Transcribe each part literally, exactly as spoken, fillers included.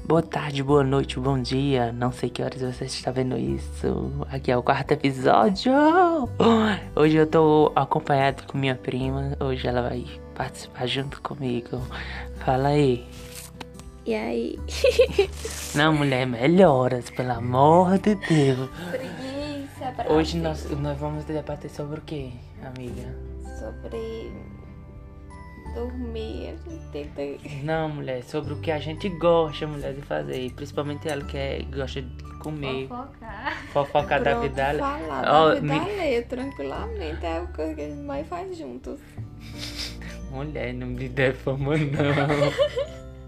Boa tarde, boa noite, bom dia. Não sei que horas você está vendo isso. Aqui é o quarto episódio. Hoje eu tô acompanhado com minha prima. Hoje ela vai participar junto comigo. Fala aí. E aí? Não, mulher, melhoras, pelo amor de Deus. Preguiça, pra Hoje nós, nós vamos debater sobre o quê, amiga? Sobre dormir, a gente tenta... Não, mulher, sobre o que a gente gosta, mulher, de fazer. Principalmente ela que é, gosta de comer. Fofocar. Fofocar da Pronto, vida. falar da Ó, vida me- alheia, tranquilamente. É a coisa que a gente mais faz juntos. Mulher, não me defama não.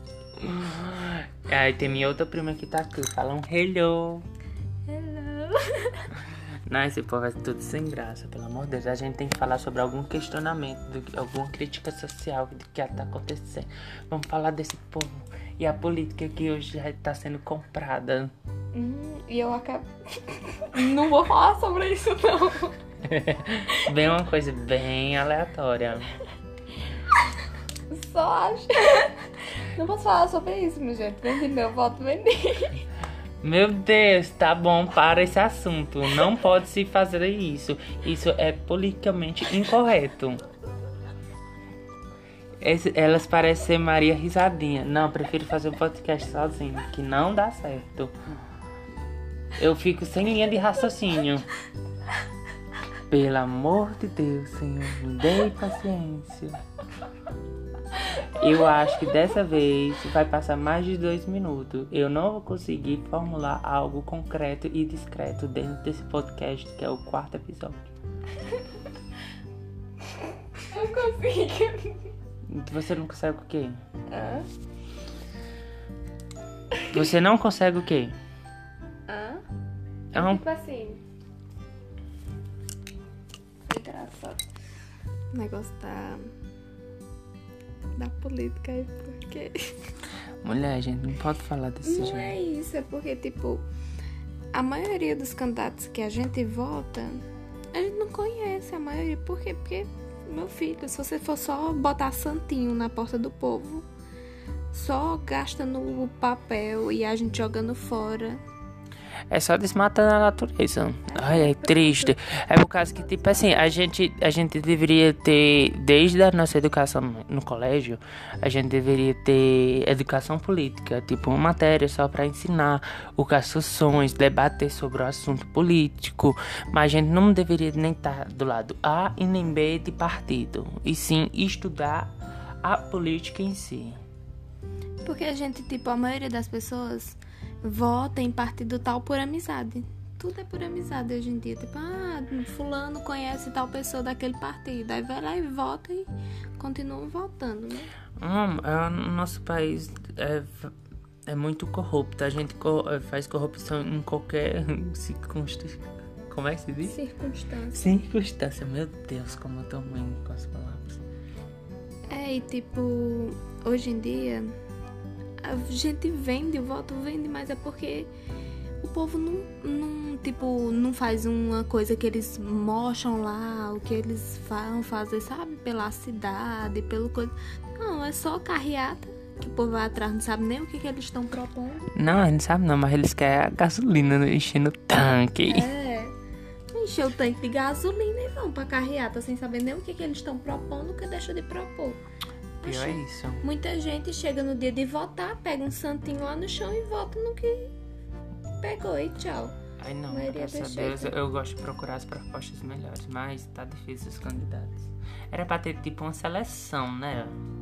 Aí tem minha outra prima que tá aqui. Fala um hello. Hello. Não, esse povo é tudo sem graça, pelo amor de Deus. A gente tem que falar sobre algum questionamento, do que- alguma crítica social do que tá acontecendo. Vamos falar desse povo e a política que hoje já tá sendo comprada. Hum, e eu acabo... Não vou falar sobre isso, não. Bem uma coisa bem aleatória. Só acho... Não posso falar sobre isso, meu gente. Vendi meu voto, vendi. Meu Deus, tá bom, para esse assunto. Não pode se fazer isso. Isso é politicamente incorreto. Esse- elas parecem ser Maria Risadinha. Não, prefiro fazer o podcast sozinho, que não dá certo. Eu fico sem linha de raciocínio. Pelo amor de Deus, Senhor, me dê paciência. Eu acho que dessa vez vai passar mais de dois minutos. Eu não vou conseguir formular algo concreto e discreto dentro desse podcast, que é o quarto episódio. Não consigo. Você não consegue o quê? Hã? Você não consegue o quê? Hã? É um... Tipo assim. Engraçado. O negócio da. Da política aí, porque. Mulher, a gente não pode falar desse Não jeito. é isso, é porque, tipo. A maioria dos candidatos que a gente vota, a gente não conhece a maioria. Por quê? Porque, meu filho, se você for só botar santinho na porta do povo, só gastando o papel e a gente jogando fora. É só desmatando a natureza. Ai, é triste. É por causa que, tipo assim, a gente, a gente deveria ter, desde a nossa educação no colégio, a gente deveria ter educação política, tipo uma matéria só pra ensinar o que as funções, debater sobre o assunto político, mas a gente não deveria nem estar do lado A e nem B de partido, e sim estudar a política em si. Porque a gente, tipo, a maioria das pessoas vota em partido tal por amizade. Tudo é por amizade hoje em dia. Tipo, ah, fulano conhece tal pessoa daquele partido. Aí vai lá e vota e continua votando, né? Hum, é, o nosso país é, é muito corrupto. A gente co- faz corrupção em qualquer circunstância. Como é que se diz? Circunstância. Circunstância. Meu Deus, como eu tô ruim com as palavras. É, e tipo, hoje em dia, a gente vende, o voto vende, mas é porque o povo não, não, tipo, não faz uma coisa que eles mostram lá, o que eles vão fazer, sabe? Pela cidade, pelo coisa. Não, é só carreata, que o povo vai atrás, não sabe nem o que, que eles estão propondo. Não, a gente sabe não, mas eles querem a gasolina enchendo o tanque. É, encher o tanque de gasolina e vão pra carreata, sem saber nem o que, que eles estão propondo, o que deixa de propor. Pior é isso. Muita gente chega no dia de votar, pega um santinho lá no chão e vota no que pegou e tchau. Ai não, Maioria graças a deixa Deus aí. eu gosto de procurar as propostas melhores, mas tá difícil os candidatos. Era pra ter tipo uma seleção, né?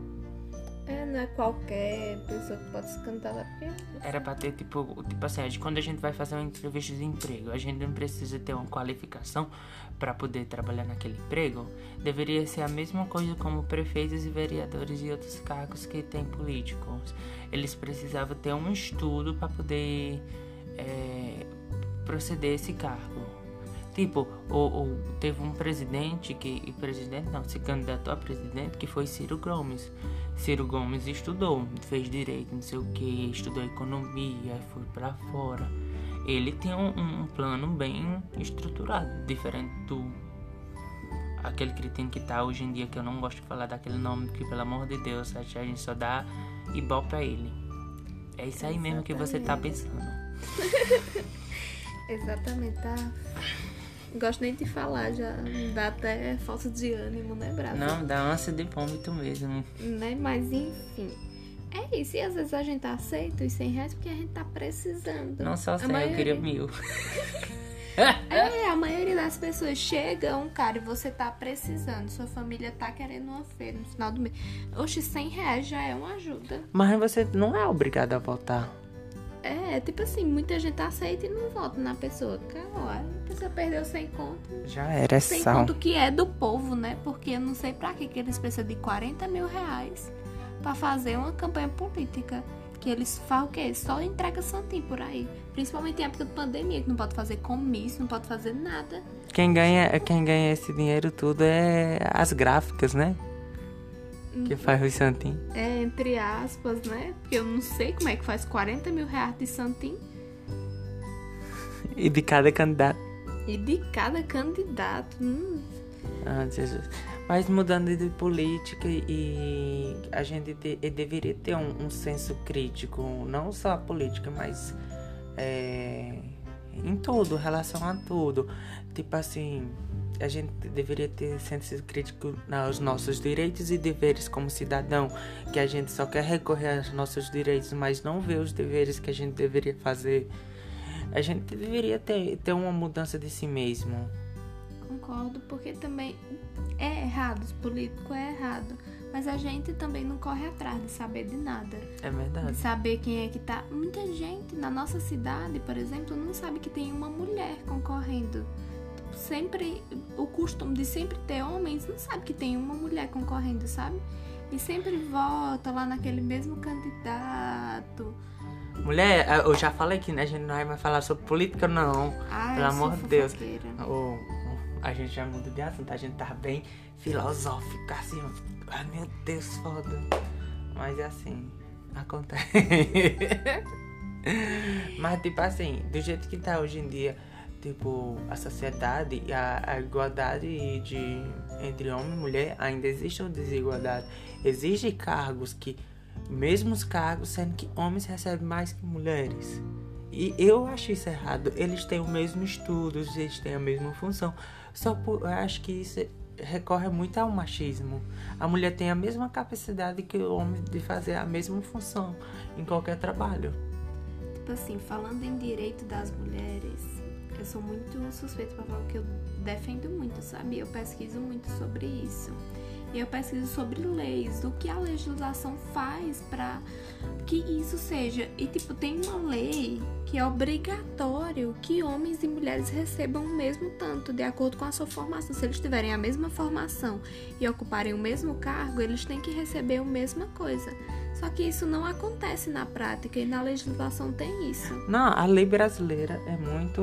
É, não é qualquer pessoa que pode se candidatar, porque... Era pra ter, tipo, tipo assim, a gente- quando a gente vai fazer uma entrevista de emprego, a gente não precisa ter uma qualificação pra poder trabalhar naquele emprego. Deveria ser a mesma coisa como prefeitos e vereadores e outros cargos que tem políticos. Eles precisavam ter um estudo pra poder é, proceder esse cargo. Tipo, o, o- teve um presidente que... e presidente não, se candidatou a presidente, que foi Ciro Gomes. Ciro Gomes estudou, fez direito, não sei o que, estudou economia, foi pra fora. Ele tem um, um plano bem estruturado, diferente do... aquele cretino que tá hoje em dia, que eu não gosto de falar daquele nome, que pelo amor de Deus, a gente só dá ibope pra ele. É isso aí mesmo que você tá pensando. Exatamente, tá? Não gosto nem de falar, já dá até falta de ânimo, né, Brava? Não, dá ânsia de vômito mesmo. Né? Mas enfim. É isso, e às vezes a gente aceita os cem reais porque a gente tá precisando. Não só cem, maioria... eu queria mil. É, a maioria das pessoas chega um cara e você tá precisando, sua família tá querendo uma feira no final do mês. Oxe, cem reais já é uma ajuda. Mas você não é obrigado a votar. É, tipo assim, muita gente aceita e não vota na pessoa. Cara, a pessoa perdeu cem conto. Já era, é cem sal. conto que é do povo, né? Porque eu não sei pra que que eles precisam de quarenta mil reais pra fazer uma campanha política. Que eles fazem o quê? Só entrega santinho por aí. Principalmente em época de pandemia, que não pode fazer comício, não pode fazer nada. Quem ganha, quem ganha esse dinheiro tudo é as gráficas, né? Que faz o santinho. É, entre aspas, né? Porque eu não sei como é que faz quarenta mil reais de santinho. E de cada candidato. E de cada candidato. Hum. Ah, Jesus. Mas mudando de política, e a gente de, deveria ter um, um senso crítico, não só a política, mas é, em tudo, em relação a tudo. Tipo assim, a gente deveria ter senso crítico aos nossos direitos e deveres como cidadão, que a gente só quer recorrer aos nossos direitos, mas não vê os deveres que a gente deveria fazer. A gente deveria ter, ter uma mudança de si mesmo. Concordo, porque também é errado, os políticos é errado, mas a gente também não corre atrás de saber de nada. É verdade. De saber quem é que tá. Muita gente na nossa cidade, por exemplo, não sabe que tem uma mulher concorrendo. Tipo, sempre, o costume de sempre ter homens, não sabe que tem uma mulher concorrendo, sabe? E sempre vota lá naquele mesmo candidato. Mulher, eu já falei que, né, a gente não vai mais falar sobre política, não. Ai, pelo amor de Deus. Oh. A gente já muda de assunto, a gente tá bem filosófico, assim, ai meu Deus, foda. Mas é assim, acontece. Mas tipo assim, do jeito que tá hoje em dia, tipo, a sociedade, a, a igualdade de, entre homem e mulher, ainda existe uma desigualdade. Existem cargos que, mesmos cargos, sendo que homens recebem mais que mulheres. E eu acho isso errado. Eles têm o mesmo estudo, eles têm a mesma função. Só por, eu acho que isso recorre muito ao machismo. A mulher tem a mesma capacidade que o homem de fazer a mesma função em qualquer trabalho. Tipo assim, falando em direito das mulheres, eu sou muito suspeita pra falar que eu defendo muito, sabe? Eu pesquiso muito sobre isso. E eu pesquiso sobre leis, o que a legislação faz para que isso seja. E, tipo, tem uma lei que é obrigatório que homens e mulheres recebam o mesmo tanto, de acordo com a sua formação. Se eles tiverem a mesma formação e ocuparem o mesmo cargo, eles têm que receber a mesma coisa. Só que isso não acontece na prática e na legislação tem isso. Não, a lei brasileira é muito...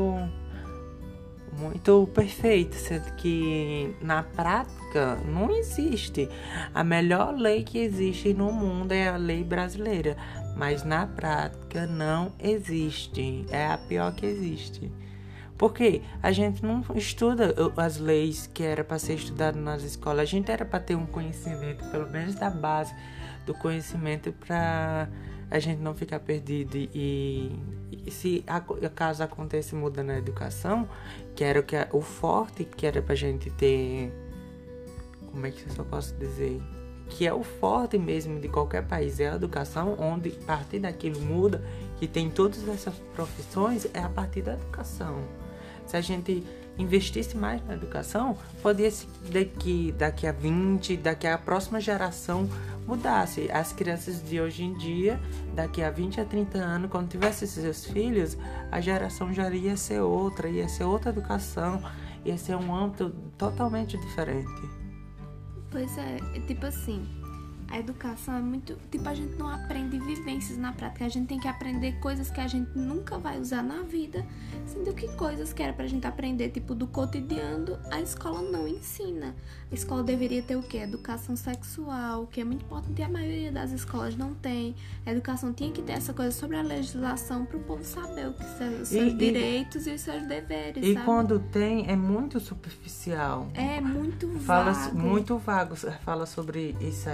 muito perfeito, sendo que na prática não existe. A melhor lei que existe no mundo é a lei brasileira, mas na prática não existe. É a pior que existe. Porque a gente não estuda as leis que era para ser estudado nas escolas. A gente era para ter um conhecimento, pelo menos da base do conhecimento, para a gente não ficar perdido. E, e se acaso acontece muda na educação, que era o, que, o forte que era pra gente ter, como é que eu só posso dizer, que é o forte mesmo de qualquer país, é a educação, onde a partir daquilo muda, que tem todas essas profissões, é a partir da educação. Se a gente investisse mais na educação, poderia ser daqui, daqui a vinte, daqui a próxima geração mudasse. As crianças de hoje em dia, daqui a vinte a trinta anos, quando tivesse seus filhos, a geração já ia ser outra, ia ser outra educação, ia ser um âmbito totalmente diferente. Pois é, é tipo assim, a educação é muito... Tipo, a gente não aprende vivências na prática. A gente tem que aprender coisas que a gente nunca vai usar na vida. Sendo que coisas que era pra gente aprender, tipo, do cotidiano, a escola não ensina. A escola deveria ter o quê? Educação sexual, que é muito importante e a maioria das escolas não tem. A educação tinha que ter essa coisa sobre a legislação pro povo saber o que são os seus e, direitos e, e os seus deveres, e sabe? Quando tem, é muito superficial. É muito Fala vago. muito vago. Fala sobre isso aí, orientação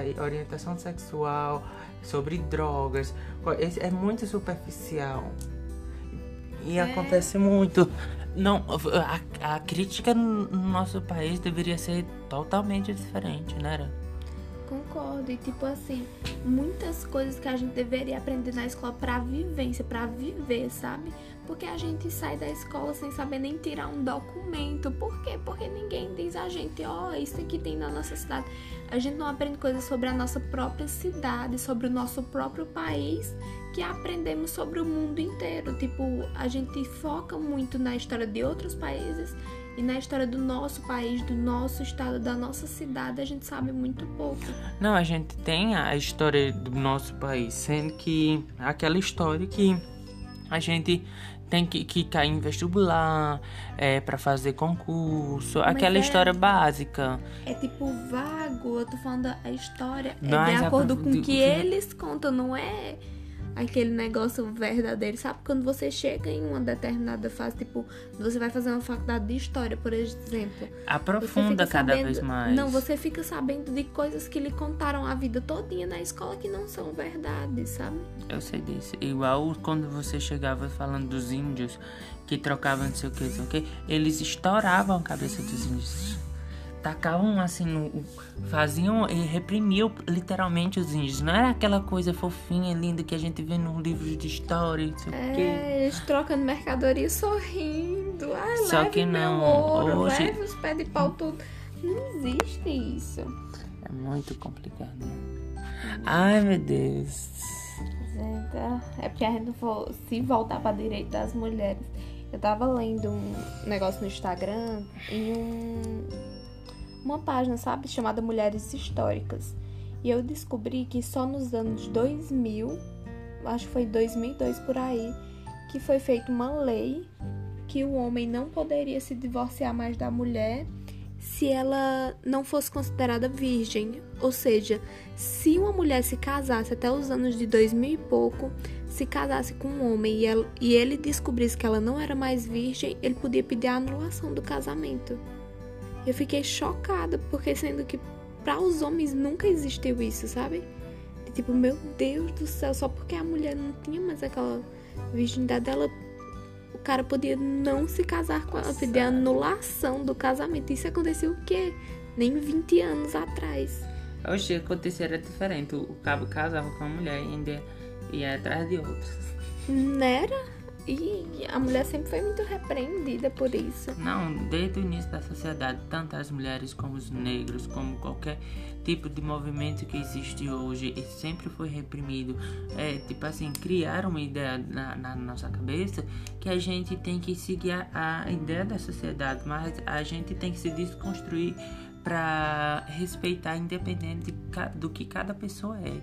orientação sexual, sobre drogas. É muito superficial. E é. acontece muito. Não, a, a crítica no nosso país deveria ser totalmente diferente, né? Concordo. E tipo assim, muitas coisas que a gente deveria aprender na escola pra vivência, pra viver, sabe? Porque a gente sai da escola sem saber nem tirar um documento. Por quê? Porque ninguém diz a gente, ó, oh, isso aqui tem na nossa cidade. A gente não aprende coisas sobre a nossa própria cidade, sobre o nosso próprio país, que aprendemos sobre o mundo inteiro. Tipo, a gente foca muito na história de outros países e na história do nosso país, do nosso estado, da nossa cidade, a gente sabe muito pouco. Não, a gente tem a história do nosso país, sendo que aquela história que a gente tem que, que cair em vestibular, é, pra fazer concurso, Mas aquela é, história básica. É tipo vago, eu tô falando a história, Mas é de acordo a, com o que, que é... eles contam, não é aquele negócio verdadeiro, sabe? Quando você chega em uma determinada fase, tipo, você vai fazer uma faculdade de história, por exemplo. Aprofunda cada sabendo, vez mais. Não, você fica sabendo de coisas que lhe contaram a vida todinha na escola que não são verdade, sabe? Eu sei disso. Igual quando você chegava falando dos índios, que trocavam não sei o que, não sei o que, eles estouravam a cabeça dos índios. Tacavam assim, no, faziam e reprimiam literalmente os índios. Não era aquela coisa fofinha, linda que a gente vê nos livros de história, não sei é, o quê. Eles trocando mercadoria sorrindo. Ai, Só leve que não, meu ouro, hoje... leve os pés de pau tudo. Não existe isso. É muito complicado. Ai, meu Deus. Gente, é porque a gente for, se voltar para direito das mulheres. Eu tava lendo um negócio no Instagram e um... uma página, sabe, chamada Mulheres Históricas. E eu descobri que só nos anos dois mil, acho que foi dois mil e dois por aí, que foi feita uma lei que o homem não poderia se divorciar mais da mulher se ela não fosse considerada virgem. Ou seja, se uma mulher se casasse até os anos de dois mil e pouco, se casasse com um homem e, ela, e ele descobrisse que ela não era mais virgem, ele podia pedir a anulação do casamento. Eu fiquei chocada, porque sendo que para os homens nunca existiu isso, sabe? E, tipo, meu Deus do céu, só porque a mulher não tinha mais aquela virgindade dela, o cara podia não se casar com ela, pedir a anulação do casamento. Isso aconteceu o quê? Nem vinte anos atrás. Hoje acontecer era diferente. O cabo casava com a mulher e ainda ia atrás de outros. Não era? E a mulher sempre foi muito repreendida por isso. Não, desde o início da sociedade, tanto as mulheres como os negros, como qualquer tipo de movimento que existe hoje, sempre foi reprimido. É, tipo assim, criaram uma ideia na, na nossa cabeça que a gente tem que seguir a, a ideia da sociedade, mas a gente tem que se desconstruir para respeitar, independente de, do que cada pessoa é.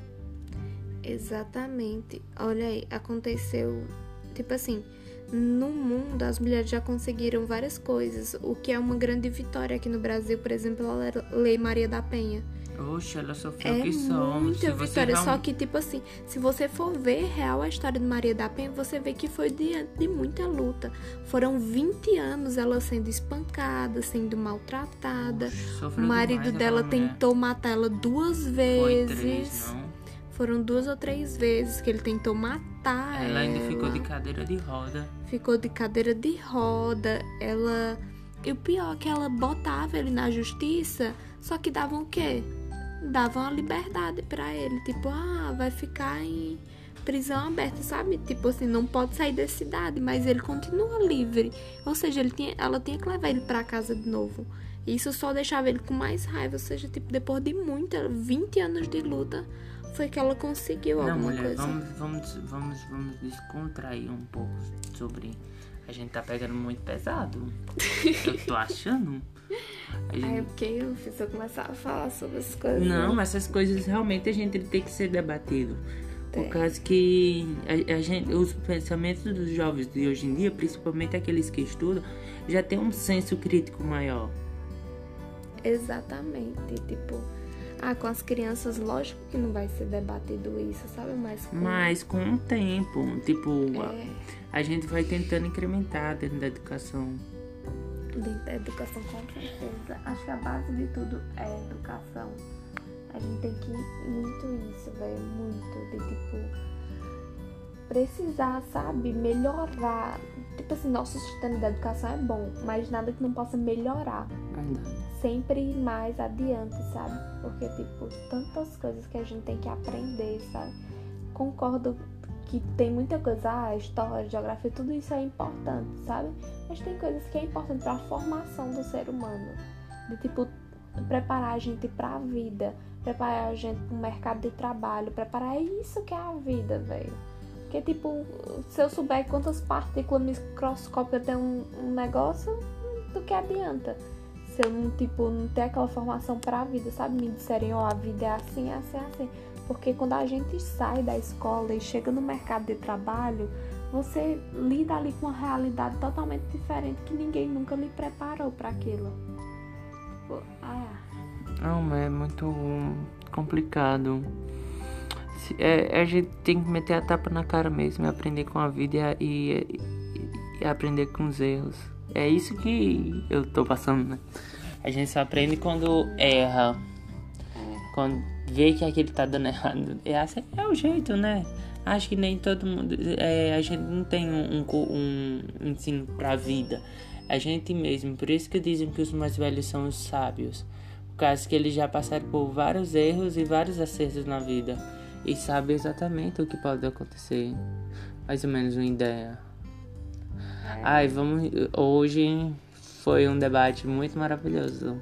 Exatamente. Olha aí, aconteceu... Tipo assim, no mundo as mulheres já conseguiram várias coisas, o que é uma grande vitória aqui no Brasil, por exemplo, a Lei Maria da Penha. Oxe, ela sofreu é que só. muita vitória, só que tipo assim, se você for ver real a história de Maria da Penha, você vê que foi diante de muita luta. Foram vinte anos ela sendo espancada, sendo maltratada. Oxe, o marido dela tentou matar ela duas vezes. Foi três, não? Foram duas ou três vezes que ele tentou matar ela. Ela ainda ficou de cadeira de roda. Ficou de cadeira de roda. Ela... E o pior é que ela botava ele na justiça, só que davam o quê? Davam a liberdade pra ele. Tipo, ah, vai ficar em prisão aberta, sabe? Tipo assim, não pode sair da cidade, mas ele continua livre. Ou seja, ele tinha, ela tinha que levar ele pra casa de novo. Isso só deixava ele com mais raiva. Ou seja, tipo, depois de muita, vinte anos de luta, foi que ela conseguiu Não, alguma mulher, coisa. Vamos, vamos, vamos, vamos descontrair um pouco sobre... A gente tá pegando muito pesado. Eu tô achando. A gente... Ai, é porque eu fiz eu começar a falar sobre as coisas. Não, mas essas coisas realmente a gente tem que ser debatido. Por causa que a, a gente, os pensamentos dos jovens de hoje em dia, principalmente aqueles que estudam, já tem um senso crítico maior. Exatamente, tipo... Ah, com as crianças, lógico que não vai ser debatido isso, sabe? Mas com, Mas com o tempo, tipo, é... a, a gente vai tentando incrementar dentro da educação. Dentro da educação, com certeza. Acho que a base de tudo é a educação. A gente tem que ir muito isso, velho, muito, de tipo, precisar, sabe, melhorar. Tipo assim, nosso sistema de educação é bom, mas nada que não possa melhorar. Verdade. Sempre ir mais adiante, sabe? Porque, tipo, tantas coisas que a gente tem que aprender, sabe? Concordo que tem muita coisa, ah, história, geografia, tudo isso é importante, sabe? Mas tem coisas que é importante para a formação do ser humano. De, tipo, preparar a gente para a vida, preparar a gente para o mercado de trabalho, preparar isso que é a vida, velho. Porque, tipo, se eu souber quantas partículas microscópicas tem um, um negócio, do que adianta? Se eu não, tipo, não ter aquela formação para a vida, sabe? Me disserem, ó, oh, a vida é assim, é assim, é assim. Porque quando a gente sai da escola e chega no mercado de trabalho, você lida ali com uma realidade totalmente diferente que ninguém nunca lhe preparou para aquilo. Tipo, ah. Não, é muito complicado. É, a gente tem que meter a tapa na cara mesmo, aprender com a vida e, e, e aprender com os erros. É isso que eu tô passando, né? A gente só aprende quando erra. Quando vê que aquele tá dando errado. É, assim, é o jeito, né? Acho que nem todo mundo... É, a gente não tem um, um, um ensino pra vida. A gente mesmo. Por isso que dizem que os mais velhos são os sábios. Por causa que eles já passaram por vários erros e vários acertos na vida. E sabem exatamente o que pode acontecer. Mais ou menos uma ideia. Ai, vamos... Hoje foi um debate muito maravilhoso.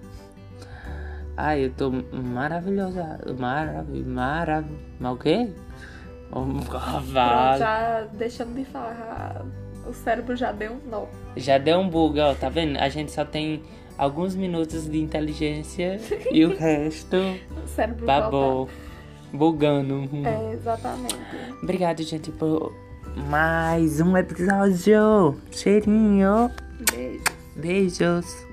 Ai, eu tô maravilhosa. Maravilhosa. Marav... Mas o quê? Um cavalo. Já deixando de falar, o cérebro já deu um nó. Já deu um bug, ó, tá vendo? A gente só tem alguns minutos de inteligência e o resto o cérebro babou. Volta. Bugando. É, exatamente. Obrigado, gente, por mais um episódio. Cheirinho. Beijo. Beijos.